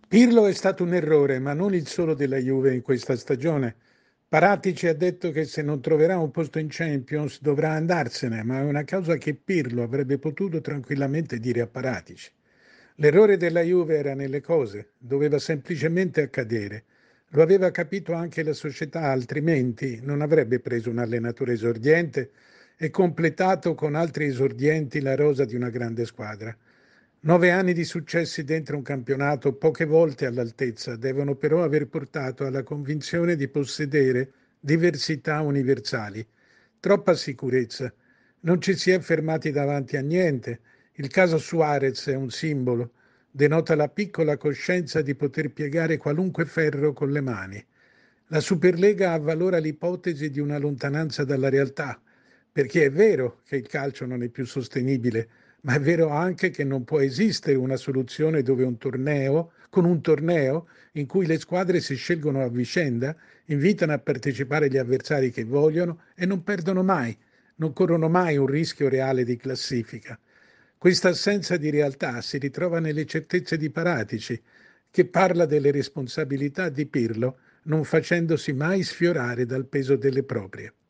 Pirlo è stato un errore, ma non il solo della Juve in questa stagione. Paratici ha detto che se non troverà un posto in Champions dovrà andarsene, ma è una cosa che Pirlo avrebbe potuto tranquillamente dire a Paratici. L'errore della Juve era nelle cose, doveva semplicemente accadere. Lo aveva capito anche la società, altrimenti non avrebbe preso un allenatore esordiente e completato con altri esordienti la rosa di una grande squadra. 9 anni di successi dentro un campionato poche volte all'altezza devono però aver portato alla convinzione di possedere diversità universali. Troppa sicurezza. Non ci si è fermati davanti a niente. Il caso Suarez è un simbolo. Denota la piccola coscienza di poter piegare qualunque ferro con le mani. La Superlega avvalora l'ipotesi di una lontananza dalla realtà, perché è vero che il calcio non è più sostenibile, ma è vero anche che non può esistere una soluzione dove con un torneo in cui le squadre si scelgono a vicenda, invitano a partecipare gli avversari che vogliono e non perdono mai, non corrono mai un rischio reale di classifica. Questa assenza di realtà si ritrova nelle certezze di Paratici, che parla delle responsabilità di Pirlo non facendosi mai sfiorare dal peso delle proprie.